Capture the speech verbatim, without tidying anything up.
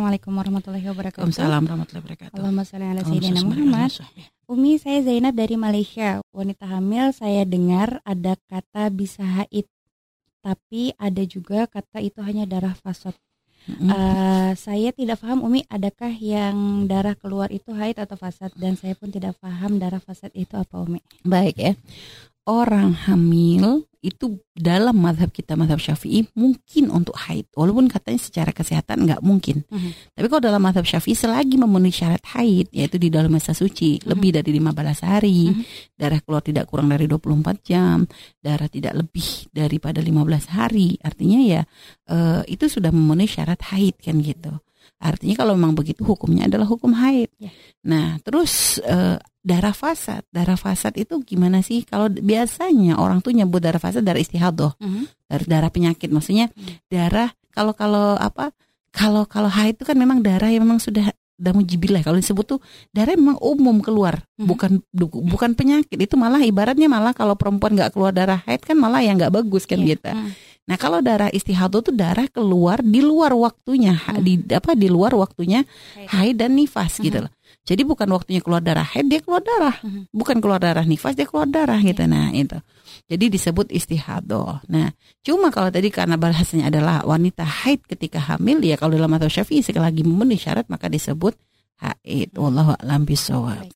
Assalamualaikum warahmatullahi wabarakatuh. Waalaikumsalam warahmatullahi wabarakatuh. Allahumma shalli ala sayyidina Muhammad. Umi, saya Zainab dari Malaysia. Wanita hamil saya dengar ada kata bisa haid, tapi ada juga kata itu hanya darah fasad. Mm-hmm. Uh, saya tidak paham Umi, adakah yang darah keluar itu haid atau fasad? Dan saya pun tidak paham darah fasad itu apa Umi. Baik ya. Orang hamil itu dalam mazhab kita, mazhab Syafi'i, mungkin untuk haid, walaupun katanya secara kesehatan nggak mungkin. Uh-huh. Tapi kalau dalam mazhab Syafi'i selagi memenuhi syarat haid, yaitu di dalam masa suci, uh-huh. lebih dari lima belas hari, uh-huh. darah keluar tidak kurang dari dua puluh empat jam, darah tidak lebih daripada lima belas hari, artinya ya uh, itu sudah memenuhi syarat haid kan gitu. Artinya kalau memang begitu hukumnya adalah hukum haid. Yeah. Nah terus uh, darah fasad, darah fasad itu gimana sih? Kalau biasanya orang tuh nyebut darah fasad darah istihadah, uh-huh. darah, darah penyakit, maksudnya uh-huh. darah kalau kalau apa? Kalau kalau haid itu kan memang darah yang memang sudah damu jibilah. Kalau disebut tuh darah memang umum keluar, uh-huh. bukan bukan penyakit. Itu malah ibaratnya malah kalau perempuan nggak keluar darah haid kan malah yang nggak bagus kan yeah. gitu. Uh-huh. Nah kalau darah istihadah itu darah keluar di luar waktunya, uh-huh. di apa di luar waktunya haid dan nifas uh-huh. gitu loh. Jadi bukan waktunya keluar darah haid dia keluar darah, uh-huh. bukan keluar darah nifas dia keluar darah gitu. Nah itu, jadi disebut istihadah. Nah cuma kalau tadi karena bahasanya adalah wanita haid ketika hamil, ya kalau dalam mazhab Syafi'i sekali lagi memenuhi syarat maka disebut haid. Wallahu a'lam bishawab.